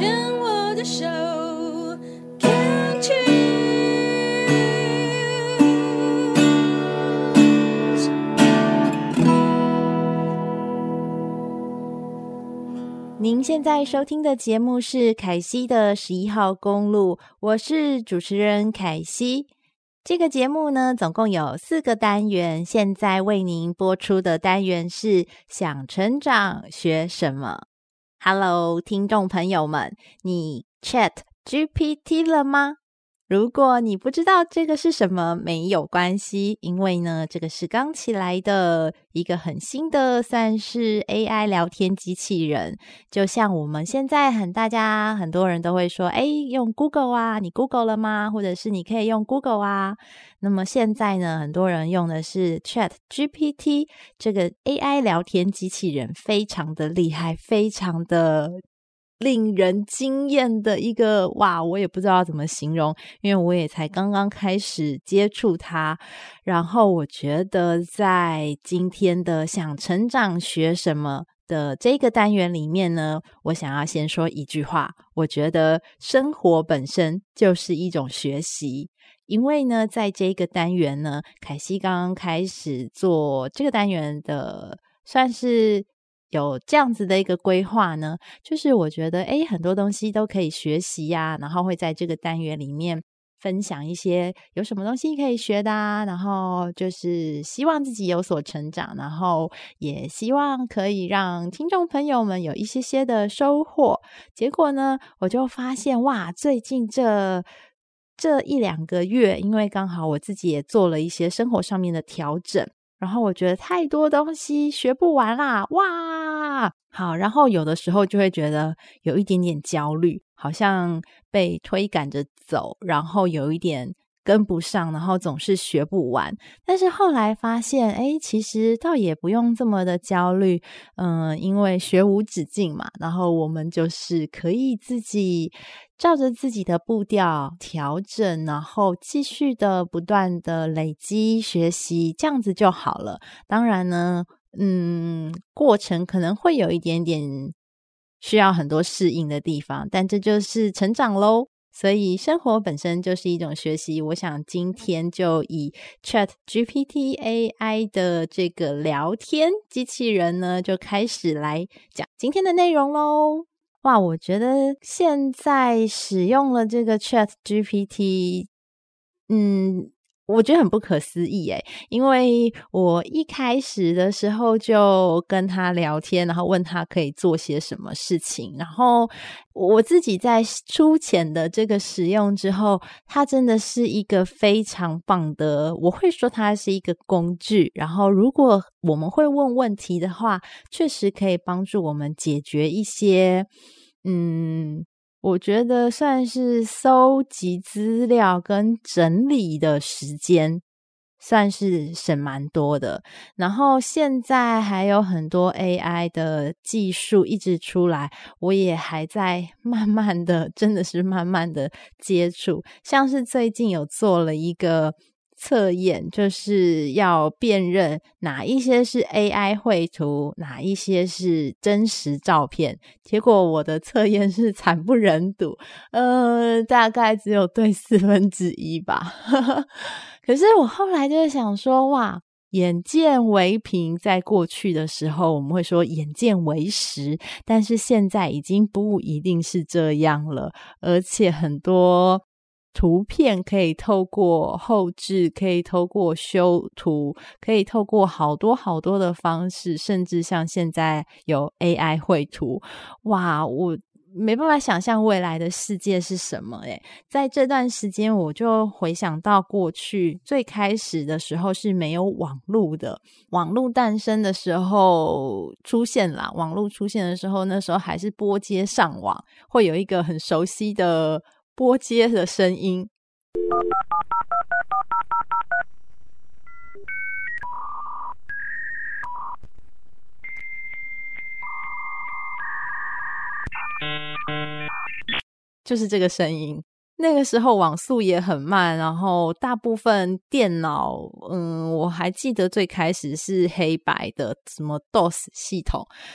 牵我的手 Can't choose。 您现在收听的节目是凯西的11号公路，我是主持人凯西。这个节目呢，总共有4个单元，现在为您播出的单元是想成长学什么。Hello， 听众朋友们，你 Chat GPT 了吗？如果你不知道这个是什么，没有关系，因为呢，这个是刚起来的一个很新的，算是 AI 聊天机器人。就像我们现在大家很多人都会说，用 Google 啊，你 Google 了吗？或者是你可以用 Google 啊。那么现在呢，很多人用的是 Chat GPT 这个 AI 聊天机器人，非常的厉害，非常的令人惊艳的一个，哇，我也不知道怎么形容，因为我也才刚刚开始接触它。然后我觉得在今天的想成长学什么的这个单元里面呢，我想要先说一句话，我觉得生活本身就是一种学习。因为呢，在这个单元呢，凯西刚刚开始做这个单元的，算是有这样子的一个规划呢，就是我觉得很多东西都可以学习呀，然后会在这个单元里面分享一些有什么东西可以学的啊，然后就是希望自己有所成长，然后也希望可以让听众朋友们有一些的收获。结果呢，我就发现哇，最近这1-2个月，因为刚好我自己也做了一些生活上面的调整，然后我觉得太多东西学不完啦，哇！好，然后有的时候就会觉得有一点点焦虑，好像被推赶着走，然后有一点跟不上，然后总是学不完。但是后来发现其实倒也不用这么的焦虑，因为学无止境嘛，然后我们就是可以自己照着自己的步调调整，然后继续的不断的累积学习，这样子就好了。当然呢过程可能会有一点点需要很多适应的地方，但这就是成长咯。所以生活本身就是一种学习，我想今天就以 Chat GPT AI 的这个聊天机器人呢，就开始来讲今天的内容咯。哇，我觉得现在使用了这个 Chat GPT，我觉得很不可思议因为我一开始的时候就跟他聊天，然后问他可以做些什么事情，然后我自己在粗浅的这个使用之后，它真的是一个非常棒的，我会说它是一个工具，然后如果我们会问问题的话，确实可以帮助我们解决一些我觉得算是搜集资料跟整理的时间算是省蛮多的。然后现在还有很多 AI 的技术一直出来，我也还在慢慢的，真的是慢慢的接触。像是最近有做了一个测验，就是要辨认哪一些是 AI 绘图，哪一些是真实照片。结果我的测验是惨不忍睹，大概只有对1/4吧。可是我后来就是想说，哇，眼见为凭，在过去的时候我们会说眼见为实，但是现在已经不一定是这样了，而且很多图片可以透过后制，可以透过修图，可以透过好多好多的方式，甚至像现在有 AI 绘图，哇，我没办法想象未来的世界是什么在这段时间我就回想到过去最开始的时候是没有网络的，网络诞生的时候出现啦，网络出现的时候，那时候还是拨接上网，会有一个很熟悉的拨接的声音，就是这个声音。那个时候网速也很慢，然后大部分电脑我还记得最开始是黑白的什么 DOS 系统，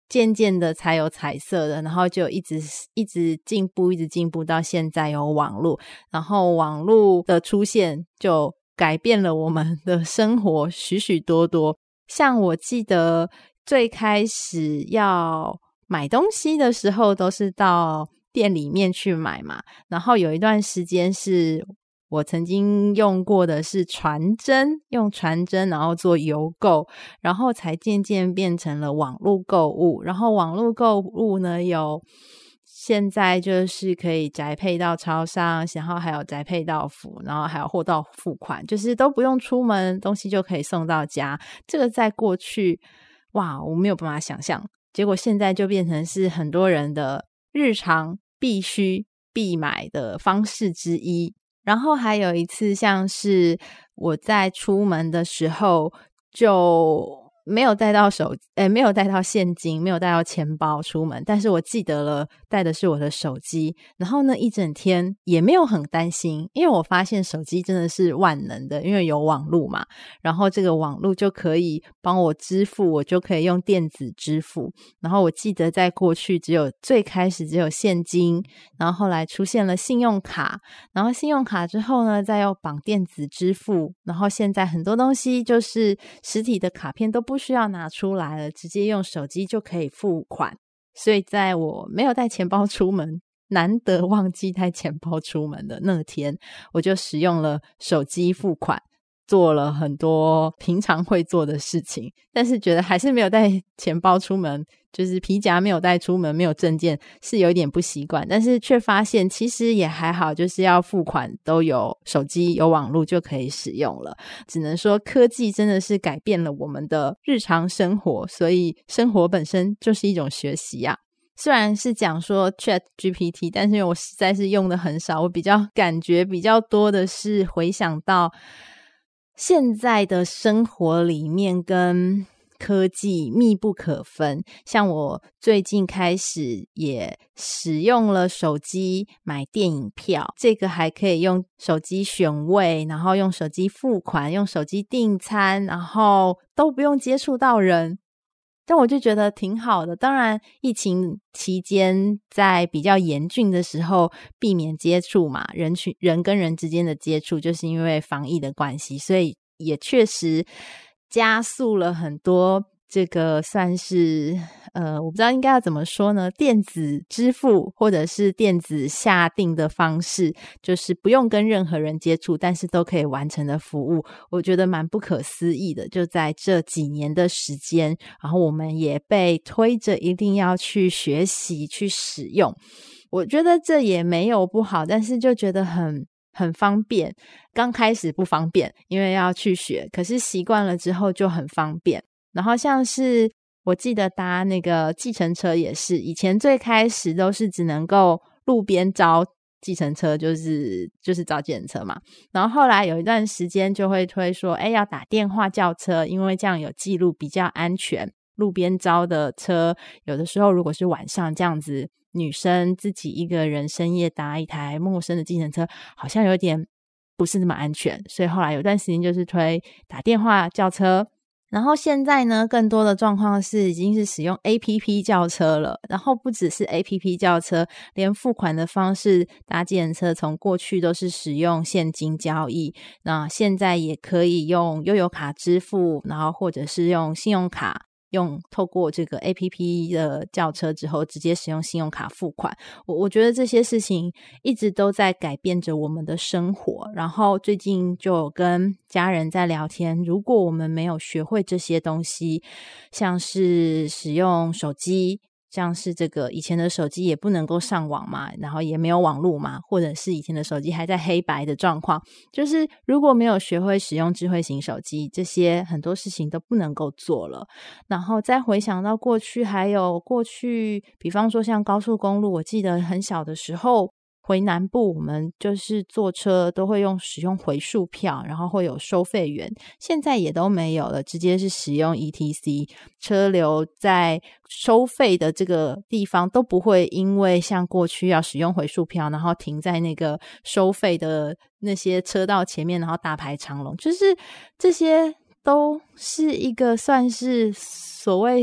渐渐的才有彩色的，然后就一直进步，一直进步到现在有网络，然后网络的出现就改变了我们的生活许许多多。像我记得最开始要买东西的时候都是到店里面去买嘛，然后有一段时间是我曾经用过的是用传真然后做邮购，然后才渐渐变成了网络购物。然后网络购物呢，有现在就是可以宅配到超商，然后还有宅配到府，然后还有货到付款，就是都不用出门，东西就可以送到家。这个在过去哇，我没有办法想象，结果现在就变成是很多人的日常必须必买的方式之一。然后还有一次像是我在出门的时候就没有带到没有带到现金，没有带到钱包出门，但是我记得了带的是我的手机。然后呢一整天也没有很担心，因为我发现手机真的是万能的，因为有网络嘛，然后这个网络就可以帮我支付，我就可以用电子支付。然后我记得在过去最开始只有现金，然后后来出现了信用卡，然后信用卡之后呢再要绑电子支付，然后现在很多东西就是实体的卡片都不需要拿出来了，直接用手机就可以付款。所以在我没有带钱包出门，难得忘记带钱包出门的那天，我就使用了手机付款，做了很多平常会做的事情，但是觉得还是没有带钱包出门，就是皮夹没有带出门，没有证件，是有一点不习惯，但是却发现其实也还好，就是要付款都有手机有网络就可以使用了。只能说科技真的是改变了我们的日常生活，所以生活本身就是一种学习啊。虽然是讲说 ChatGPT， 但是因为我实在是用的很少，我感觉比较多的是回想到现在的生活里面跟科技密不可分。像我最近开始也使用了手机买电影票，这个还可以用手机选位，然后用手机付款，用手机订餐，然后都不用接触到人，但我就觉得挺好的。当然疫情期间在比较严峻的时候避免接触嘛，人跟人之间的接触，就是因为防疫的关系，所以也确实加速了很多这个算是我不知道应该要怎么说呢，电子支付或者是电子下订的方式，就是不用跟任何人接触但是都可以完成的服务，我觉得蛮不可思议的。就在这几年的时间，然后我们也被推着一定要去学习去使用，我觉得这也没有不好，但是就觉得很方便。刚开始不方便，因为要去学，可是习惯了之后就很方便。然后像是我记得搭那个计程车也是，以前最开始都是只能够路边招计程车，就是招计程车嘛，然后后来有一段时间就会推说要打电话叫车，因为这样有记录比较安全。路边招的车有的时候如果是晚上这样子，女生自己一个人深夜搭一台陌生的计程车好像有点不是那么安全，所以后来有段时间就是推打电话叫车。然后现在呢更多的状况是已经是使用 APP 叫车了，然后不只是 APP 叫车，连付款的方式搭计程车从过去都是使用现金交易，那现在也可以用悠游卡支付，然后或者是用信用卡，透过这个 APP 的叫车之后直接使用信用卡付款。我觉得这些事情一直都在改变着我们的生活，然后最近就跟家人在聊天，如果我们没有学会这些东西，像是使用手机，像是这个以前的手机也不能够上网嘛，然后也没有网络嘛，或者是以前的手机还在黑白的状况，就是如果没有学会使用智慧型手机，这些很多事情都不能够做了。然后再回想到过去，还有过去比方说像高速公路，我记得很小的时候回南部，我们就是坐车都会使用回数票，然后会有收费员，现在也都没有了，直接是使用 ETC， 车流在收费的这个地方都不会因为像过去要使用回数票然后停在那个收费的那些车道前面，然后大排长龙，就是这些都是一个算是所谓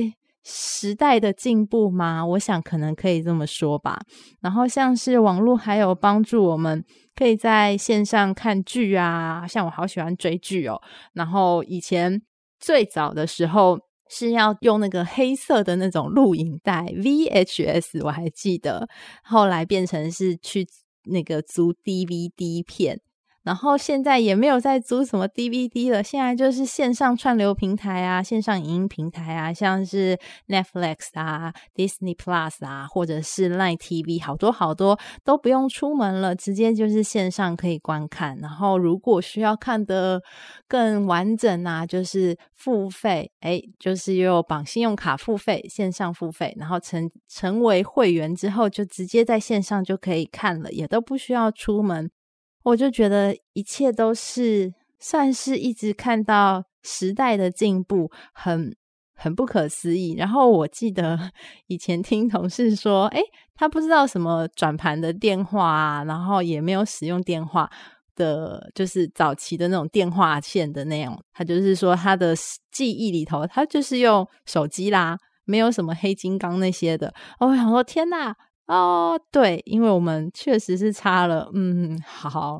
时代的进步吗？我想可能可以这么说吧。然后像是网络还有帮助我们可以在线上看剧啊，像我好喜欢追剧哦。然后以前最早的时候是要用那个黑色的那种录影带 VHS， 我还记得，后来变成是去那个租 DVD 片，然后现在也没有在租什么 DVD 了，现在就是线上串流平台啊，线上影音平台啊，像是 Netflix 啊 Disney Plus 啊，或者是 Line TV， 好多好多都不用出门了，直接就是线上可以观看。然后如果需要看得更完整啊，就是付费，就是又绑信用卡付费，线上付费，然后成为会员之后就直接在线上就可以看了，也都不需要出门。我就觉得一切都是算是一直看到时代的进步，很不可思议。然后我记得以前听同事说，他不知道什么转盘的电话啊，然后也没有使用电话的，就是早期的那种电话线的那种，他就是说他的记忆里头他就是用手机啦，没有什么黑金刚那些的。我想说天哪，对，因为我们确实是差了好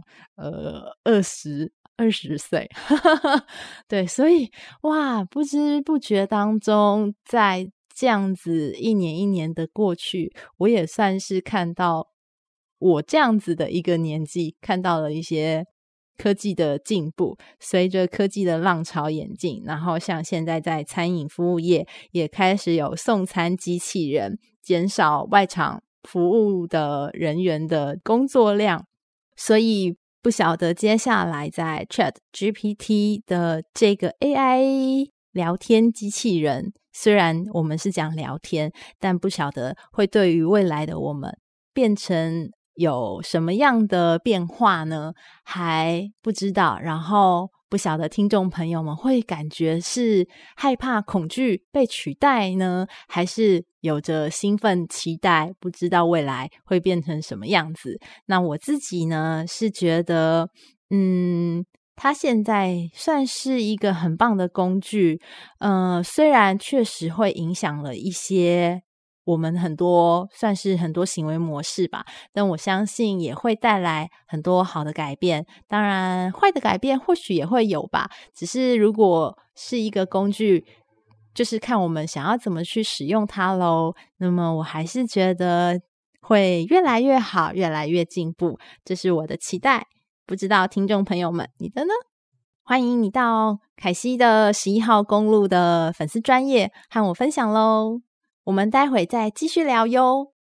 20岁对，所以哇，不知不觉当中在这样子一年一年的过去，我也算是看到我这样子的一个年纪看到了一些科技的进步，随着科技的浪潮演进，然后像现在在餐饮服务业也开始有送餐机器人，减少外场服务的人员的工作量。所以不晓得接下来在 ChatGPT 的这个 AI 聊天机器人，虽然我们是讲聊天，但不晓得会对于未来的我们变成有什么样的变化呢？还不知道。然后不晓得听众朋友们会感觉是害怕恐惧被取代呢，还是有着兴奋期待，不知道未来会变成什么样子。那我自己呢是觉得它现在算是一个很棒的工具，虽然确实会影响了一些我们算是很多行为模式吧，但我相信也会带来很多好的改变，当然坏的改变或许也会有吧，只是如果是一个工具，就是看我们想要怎么去使用它咯。那么我还是觉得会越来越好，越来越进步，这是我的期待。不知道听众朋友们你的呢？欢迎你到凯西的11号公路的粉丝专页和我分享咯，我们待会再继续聊哟。